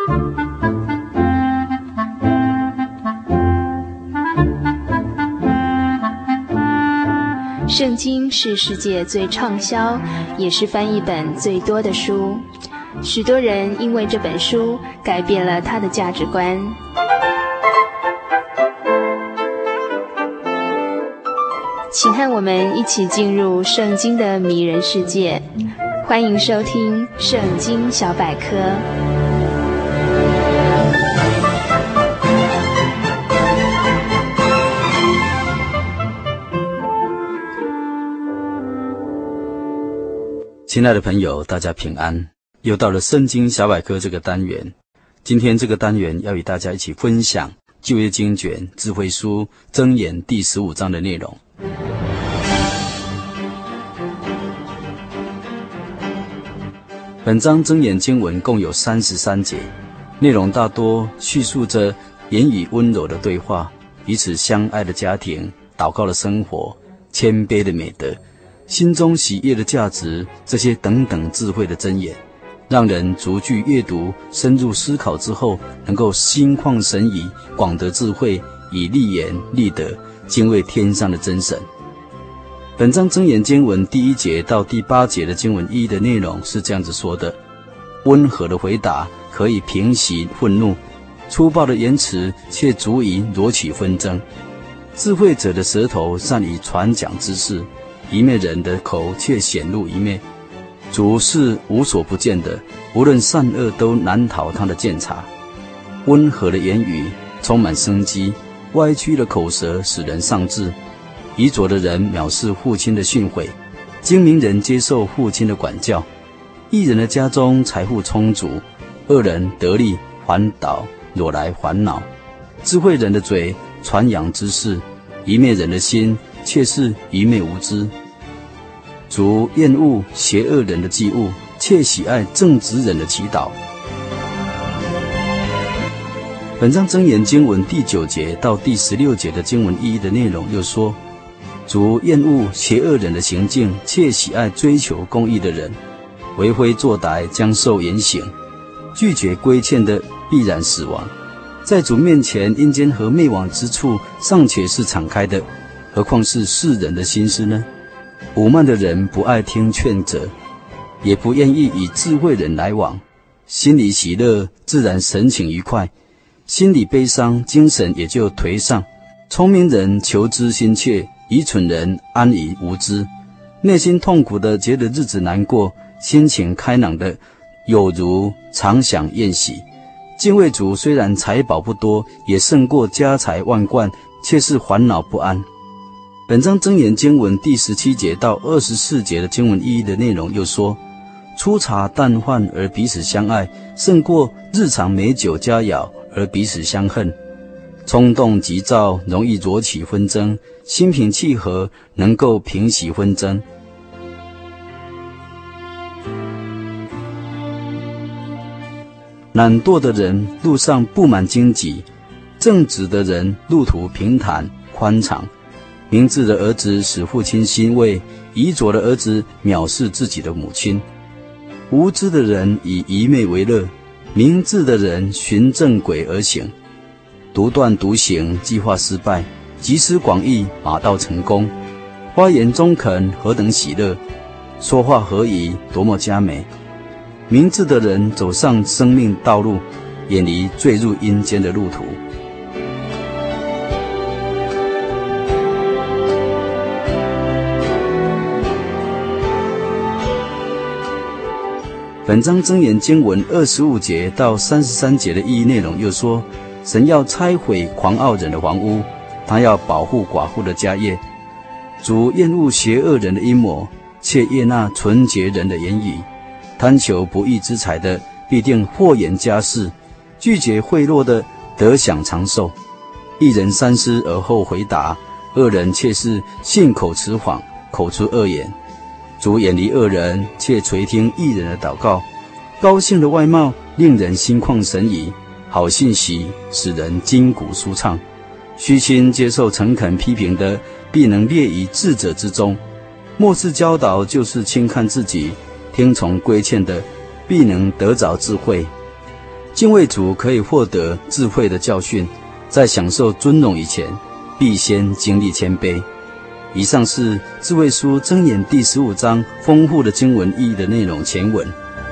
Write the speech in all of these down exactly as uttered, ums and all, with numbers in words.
圣经是世界最畅销，也是翻译本最多的书。许多人因为这本书改变了他的价值观。请和我们一起进入圣经的迷人世界，欢迎收听圣经小百科。 亲爱的朋友，大家平安，又到了圣经小百科这个单元。今天这个单元要与大家一起分享旧约经卷智慧书箴言第十五章的内容。本章箴言经文共有三十三节，内容大多叙述着言语温柔的对话，彼此相爱的家庭，祷告的生活，谦卑的美德，心中喜悦的价值，这些等等智慧的箴言，让人逐句阅读，深入思考之后，能够心旷神怡，广得智慧，以立言立德，敬畏天上的真神。本章箴言经文第一节到第八节的经文一的内容是这样子说的：温和的回答可以平息愤怒，粗暴的言辞却足以惹起纷争。智慧者的舌头善于传讲知识，愚昧人的口却显露愚昧。主是无所不见的，无论善恶都难逃他的鉴察。温和的言语充满生机，歪曲的口舌使人丧志。愚拙的人藐视父亲的训诲，精明人接受父亲的管教。义人的家中财富充足，恶人得利环岛，惹来烦恼。智慧人的嘴传扬知识，愚昧人的心却是愚昧无知。主厌恶邪恶人的祭物，却喜爱正直人的祈祷。本章箴言经文第九节到第十六节的经文一的内容又说：主厌恶邪恶人的行径，却喜爱追求公义的人。为非作歹将受严刑，拒绝规劝的必然死亡。在主面前，阴间和灭亡之处尚且是敞开的，何况是世人的心思呢？武慢的人不爱听劝责，也不愿意与智慧人来往。心里喜乐，自然神情愉快；心里悲伤，精神也就颓丧。聪明人求知心切，愚蠢人安于无知。内心痛苦的觉得日子难过，心情开朗的有如常享宴席。敬畏主虽然财宝不多，也胜过家财万贯，却是烦恼不安。本章箴言经文第十七节到二十四节的经文一的内容又说：粗茶淡饭而彼此相爱，胜过日常美酒佳肴而彼此相恨。冲动急躁容易惹起纷争，心平气和能够平息纷争。懒惰的人路上布满荆棘，正直的人路途平坦宽敞。明智的儿子使父亲欣慰，愚拙的儿子藐视自己的母亲。无知的人以愚昧为乐，明智的人循正轨而行。独断独行，计划失败；集思广益，马到成功。花言中肯，何等喜乐！说话合宜，多么佳美！明智的人走上生命道路，远离坠入阴间的路途。本章箴言经文二十五节到三十三节的意义内容又说：神要拆毁狂傲人的房屋，他要保护寡妇的家业。主厌恶邪恶人的阴谋，却悦纳纯洁人的言语。贪求不义之财的，必定祸延家室；拒绝贿赂的，得享长寿。一人三思而后回答，恶人却是信口雌谎，口出恶言。主远离恶人，却垂听义人的祷告。高兴的外貌令人心旷神怡，好信息使人筋骨舒畅。虚心接受诚恳批评的，必能列于智者之中。漠视教导就是轻看自己，听从规劝的，必能得着智慧。 敬畏主可以获得智慧的教训，在享受尊荣以前，必先经历谦卑。以上是智慧书箴言第十五章丰富的经文意义的内容前文。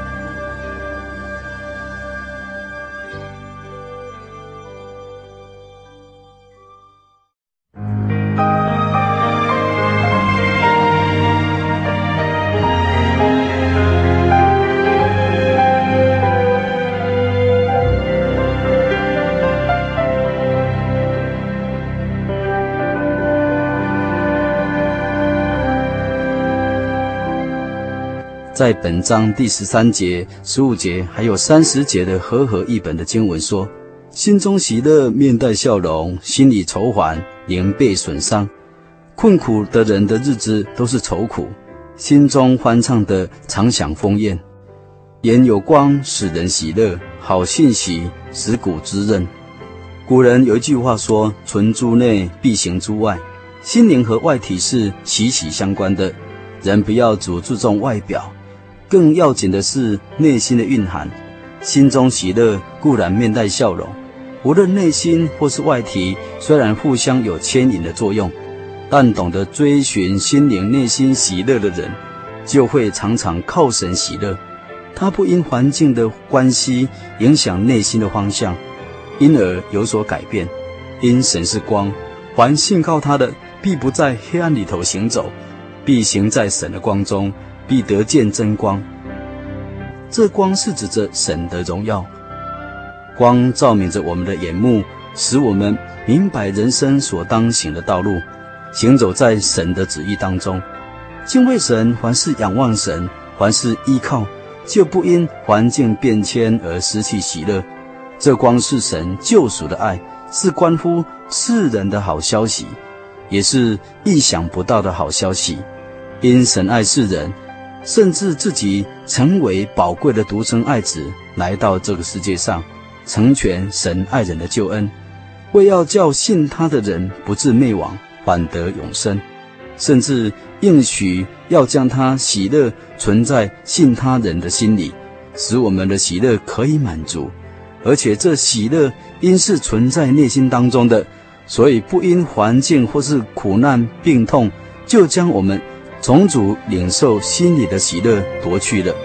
在本章第十三节、十五节还有三十节的和合译本的经文说，心中喜乐，面带笑容，心里愁烦，灵被损伤。困苦的人的日子都是愁苦，心中欢畅的常享丰宴。眼有光，使人喜乐，好信息使骨滋润。古人有一句话说，存诸内，必行诸外。心灵和外体是息息相关的，人不要只注重外表，更要紧的是内心的蕴含。心中喜乐，固然面带笑容，无论内心或是外体，虽然互相有牵引的作用，但懂得追寻心灵内心喜乐的人，就会常常靠神喜乐。他不因环境的关系影响内心的方向，因而有所改变。因神是光，凡信靠他的，必不在黑暗里头行走，必行在神的光中，必得见真光。这光是指着神的荣耀，光照明着我们的眼目，使我们明白人生所当行的道路，行走在神的旨意当中。敬畏神，凡是仰望神，凡是依靠，就不因环境变迁而失去喜乐。这光是神救赎的爱，是关乎世人的好消息，也是意想不到的好消息。因神爱世人，甚至自己成为宝贵的独生爱子，来到这个世界上，成全神爱人的救恩，为要叫信他的人不至灭亡，反得永生。甚至应许要将他喜乐存在信他人的心里，使我们的喜乐可以满足。而且这喜乐因是存在内心当中的，所以不因环境或是苦难病痛，就将我们从主领受心里的喜乐夺去了。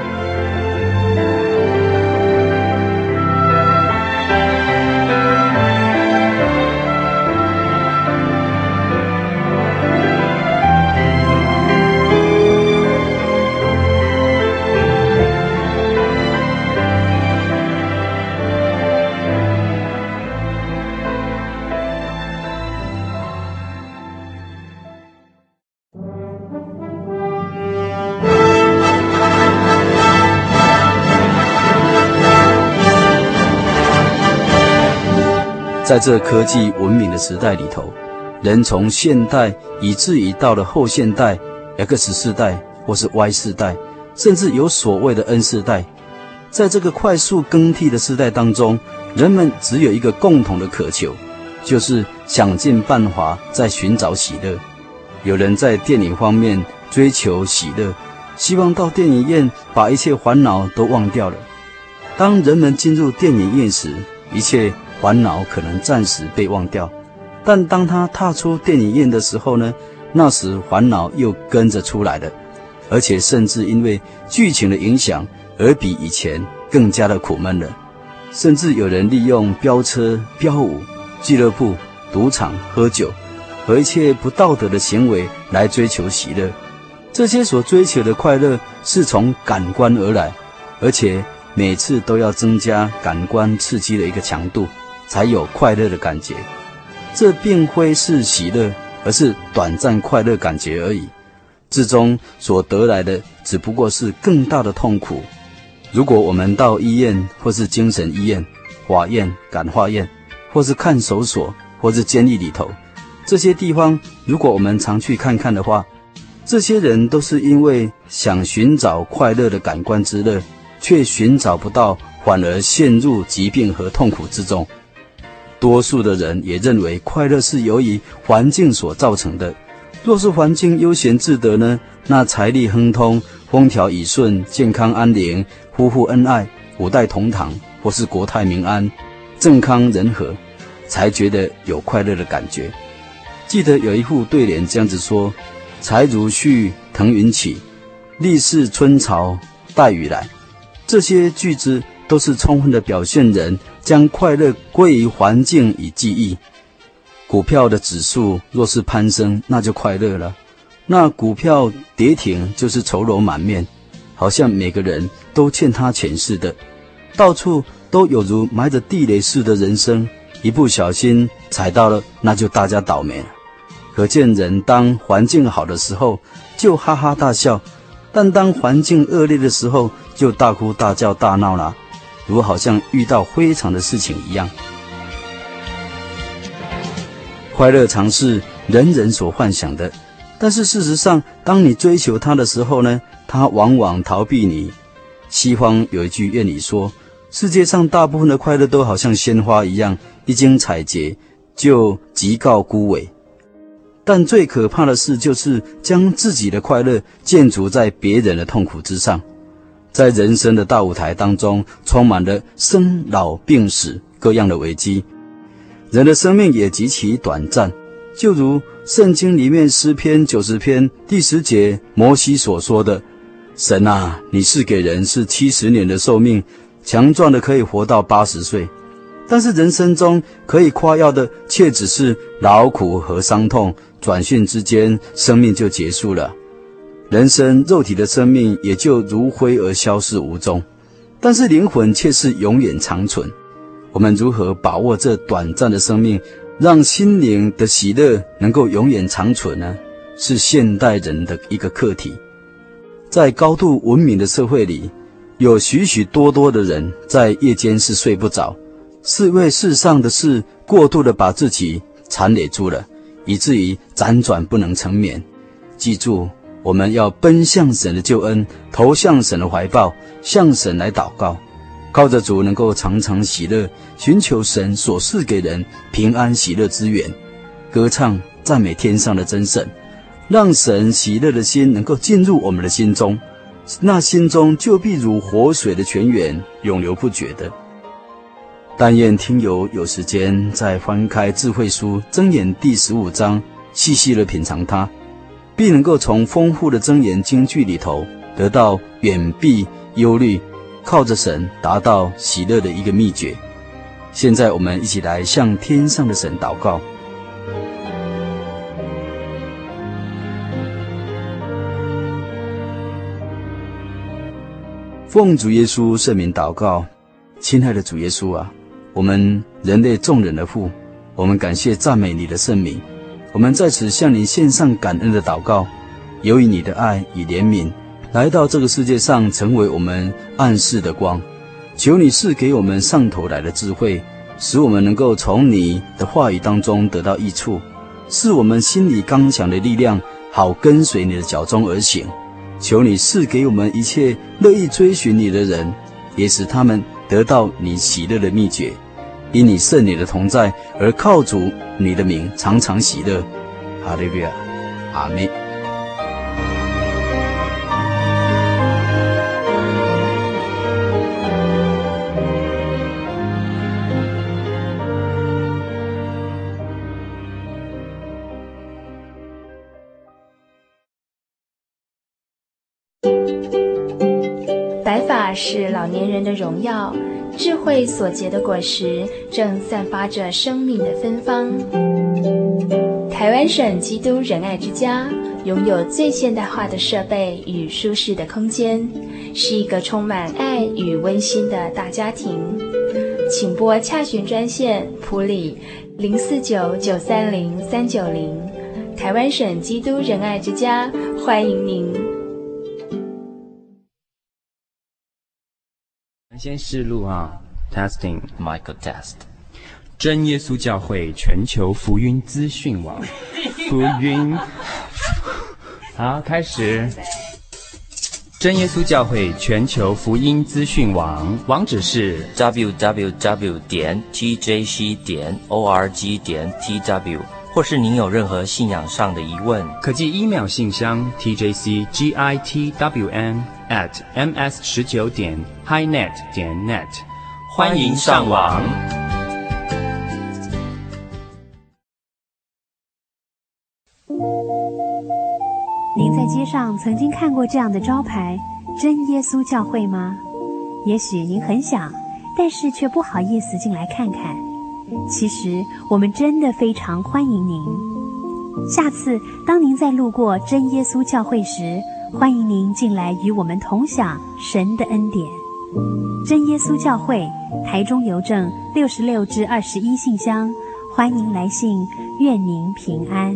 在这科技文明的时代里头，人从现代以至于到了后现代 X 世代或是 Y 世代，甚至有所谓的 N 世代。在这个快速更替的时代当中，人们只有一个共同的渴求，就是想尽办法在寻找喜乐。有人在电影方面追求喜乐，希望到电影院把一切烦恼都忘掉了。当人们进入电影院时，一切烦恼可能暂时被忘掉，但当他踏出电影院的时候呢，那时烦恼又跟着出来了，而且甚至因为剧情的影响而比以前更加的苦闷了。甚至有人利用飙车、飙舞、俱乐部、赌场、喝酒和一切不道德的行为来追求喜乐。这些所追求的快乐是从感官而来，而且每次都要增加感官刺激的一个强度，才有快乐的感觉。这并非是喜乐，而是短暂快乐感觉而已，至终所得来的只不过是更大的痛苦。如果我们到医院或是精神医院、法院、感化院，或是看守所，或是监狱里头，这些地方如果我们常去看看的话，这些人都是因为想寻找快乐的感官之乐，却寻找不到，反而陷入疾病和痛苦之中。多数的人也认为快乐是由于环境所造成的。若是环境悠闲自得呢，那财力亨通，风调雨顺，健康安宁，夫妇恩爱，五代同堂， 或是国泰民安、政康人和，才觉得有快乐的感觉。记得有一副对联这样子说：财如絮，腾云起，利是春潮带雨来。这些句子都是充分的表现人将快乐归于环境与记忆。股票的指数若是攀升，那就快乐了；那股票跌停就是愁容满面，好像每个人都欠他钱似的，到处都有如埋着地雷似的人生，一不小心踩到了，那就大家倒霉了。可见人当环境好的时候就哈哈大笑，但当环境恶劣的时候就大哭大叫大闹了，如好像遇到非常的事情一样。快乐常是人人所幻想的，但是事实上当你追求它的时候呢，它往往逃避你。西方有一句谚语说，世界上大部分的快乐都好像鲜花一样，一经采撷就即告枯萎。但最可怕的事就是将自己的快乐建筑在别人的痛苦之上。在人生的大舞台当中，充满了生老病死各样的危机，人的生命也极其短暂。就如圣经里面诗篇九十篇第十节摩西所说的：神啊，你是给人是七十年的寿命，强壮的可以活到八十岁，但是人生中可以夸耀的却只是劳苦和伤痛，转瞬之间生命就结束了。人生肉体的生命也就如灰而消逝无踪，但是灵魂却是永远长存。我们如何把握这短暂的生命，让心灵的喜乐能够永远长存呢？是现代人的一个课题。在高度文明的社会里，有许许多多的人在夜间是睡不着，是为世上的事过度的把自己缠累住了，以至于辗转不能成眠。记住，我们要奔向神的救恩，投向神的怀抱，向神来祷告，靠着主能够常常喜乐，寻求神所赐给人平安喜乐之源，歌唱赞美天上的真神，让神喜乐的心能够进入我们的心中，那心中就必如活水的泉源，永流不绝的。但愿听友有时间再翻开智慧书箴言第十五章，细细的品尝它，必能够从丰富的箴言金句里头得到远避忧虑，靠着神达到喜乐的一个秘诀。现在我们一起来向天上的神祷告。奉主耶稣圣名祷告。亲爱的主耶稣啊，我们人类众人的父，我们感谢赞美你的圣名，我们在此向你献上感恩的祷告。由于你的爱与怜悯，来到这个世界上，成为我们暗室的光。求你赐给我们上头来的智慧，使我们能够从你的话语当中得到益处，使我们心里刚强的力量，好跟随你的脚踪而行。求你赐给我们一切乐意追寻你的人，也使他们得到你喜乐的秘诀，因你圣灵的同在而靠主你的名常常喜乐。哈利路亚，阿们。 白发是老年人的荣耀，智慧所结的果实正散发着生命的芬芳。台湾省基督仁爱之家拥有最现代化的设备与舒适的空间，是一个充满爱与温馨的大家庭。请拨洽询专线埔里零四九九三零三九零，台湾省基督仁爱之家欢迎您。 先试录啊 ，testing Michael test。 真耶稣教会全球福音资讯网，福音。好，开始。真耶稣教会全球福音资讯网网址是 w w w 点 t j c 点 org 点 t w， 或是您有任何信仰上的疑问， 可寄 email 信箱 t j c gitwn at m s 十九 点 highnet 点 net， 欢迎上网。 您在街上曾经看过这样的招牌“真耶稣教会”吗？也许您很想，但是却不好意思进来看看。其实我们真的非常欢迎您。下次当您在路过真耶稣教会时，欢迎您进来与我们同享神的恩典。真耶稣教会，台中邮政六十六至二十一信箱，欢迎来信，愿您平安。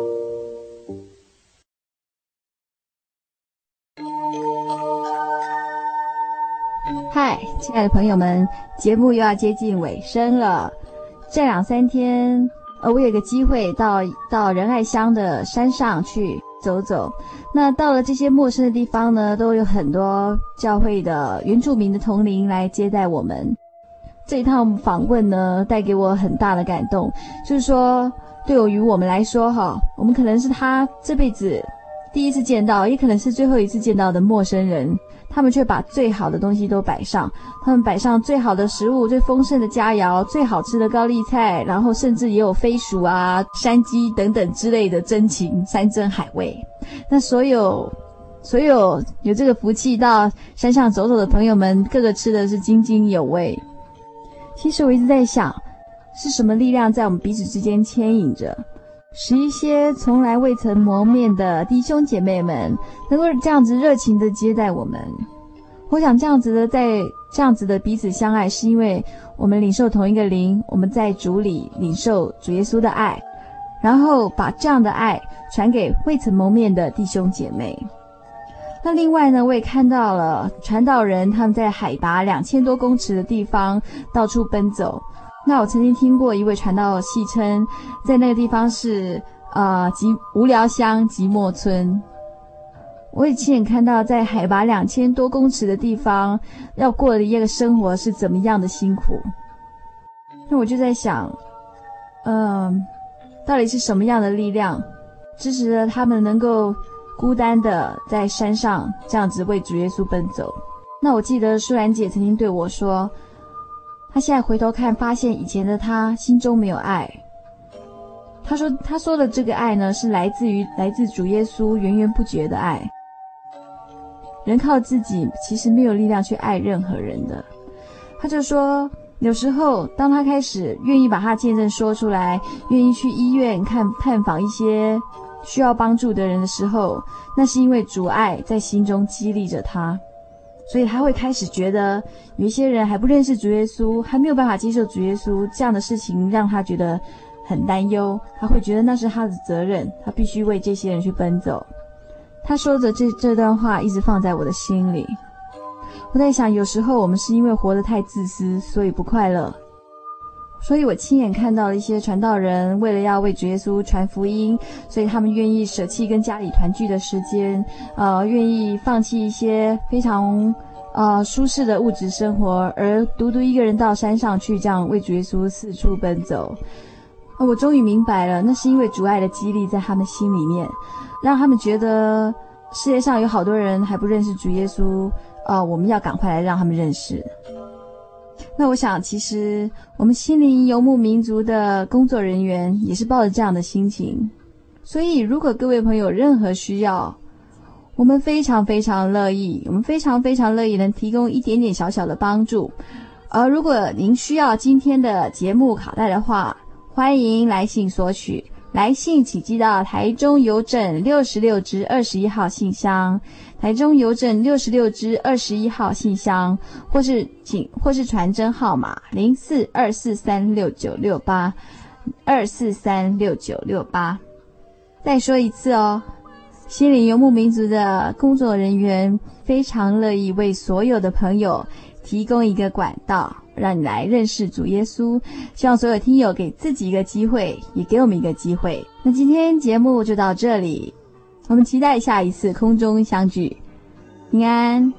嗨，亲爱的朋友们，节目又要接近尾声了。这两三天，呃，我有个机会到到仁爱乡的山上去走走。那到了这些陌生的地方呢，都有很多教会的原住民的同龄来接待我们。这一趟访问呢，带给我很大的感动，就是说，对于我们来说，哈，我们可能是他这辈子第一次见到，也可能是最后一次见到的陌生人。他们却把最好的东西都摆上，他们摆上最好的食物，最丰盛的佳肴，最好吃的高丽菜，然后甚至也有飞鼠啊、山鸡等等之类的珍禽、山珍海味。那所有所有有这个福气到山上走走的朋友们，个个吃的是津津有味。其实我一直在想，是什么力量在我们彼此之间牵引着，使一些从来未曾谋面的弟兄姐妹们能够这样子热情的接待我们。我想这样子的在这样子的彼此相爱，是因为我们领受同一个灵，我们在主里领受主耶稣的爱，然后把这样的爱传给未曾谋面的弟兄姐妹。那另外呢，我也看到了传道人他们在海拔两千多公尺的地方到处奔走。那我曾经听过一位传道戏称，在那个地方是呃寂无聊乡寂寞村。我也亲眼看到在海拔两千多公尺的地方要过的一个生活是怎么样的辛苦。那我就在想，嗯、呃，到底是什么样的力量支持了他们能够孤单的在山上这样子为主耶稣奔走。那我记得舒兰姐曾经对我说，她现在回头看，发现以前的她心中没有爱。她说她说的这个爱呢，是来自于来自主耶稣源源不绝的爱。人靠自己其实没有力量去爱任何人的。她就说，有时候当她开始愿意把她见证说出来，愿意去医院看探访一些需要帮助的人的时候，那是因为主爱在心中激励着她。所以他会开始觉得有一些人还不认识主耶稣，还没有办法接受主耶稣，这样的事情让他觉得很担忧。他会觉得那是他的责任，他必须为这些人去奔走。他说着这这段话一直放在我的心里。我在想，有时候我们是因为活得太自私，所以不快乐。所以我亲眼看到了一些传道人为了要为主耶稣传福音，所以他们愿意舍弃跟家里团聚的时间，呃，愿意放弃一些非常呃舒适的物质生活，而独独一个人到山上去，这样为主耶稣四处奔走。呃、我终于明白了，那是因为主爱的激励在他们心里面，让他们觉得世界上有好多人还不认识主耶稣，呃，我们要赶快来让他们认识。那我想，其实我们心灵游牧民族的工作人员也是抱着这样的心情。所以如果各位朋友有任何需要，我们非常非常乐意，我们非常非常乐意能提供一点点小小的帮助。而如果您需要今天的节目卡带的话，欢迎来信索取。来信请寄到台中邮政六十六支二十一号信箱，台中邮政六十六支二十一号信箱，或是请或是传真号码零四二四三六九六八二四三六九六八。再说一次哦，心灵游牧民族的工作人员非常乐意为所有的朋友提供一个管道，让你来认识主耶稣。希望所有听友给自己一个机会，也给我们一个机会。那今天节目就到这里，我们期待下一次空中相聚。平安。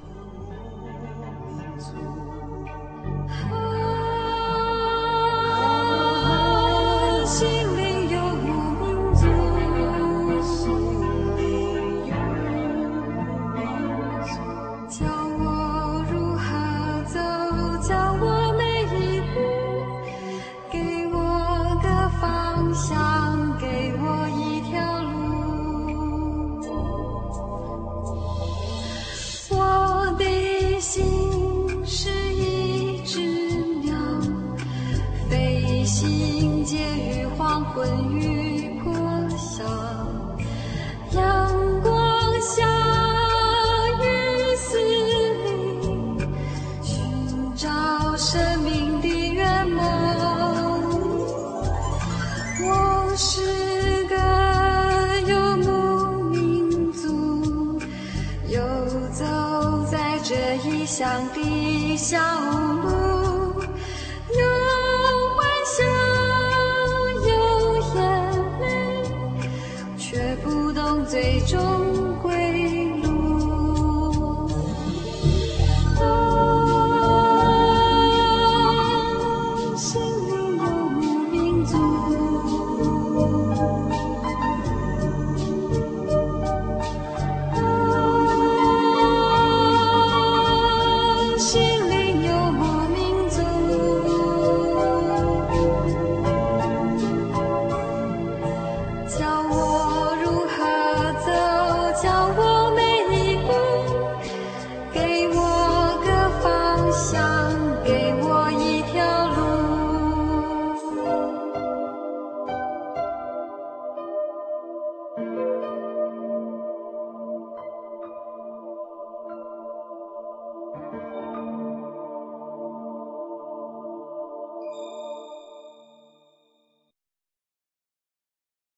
教我如何走，教我每昏雨破晓，阳光下雨丝里，寻找生命的圆梦。我是个游牧民族，游走在这异乡的小屋。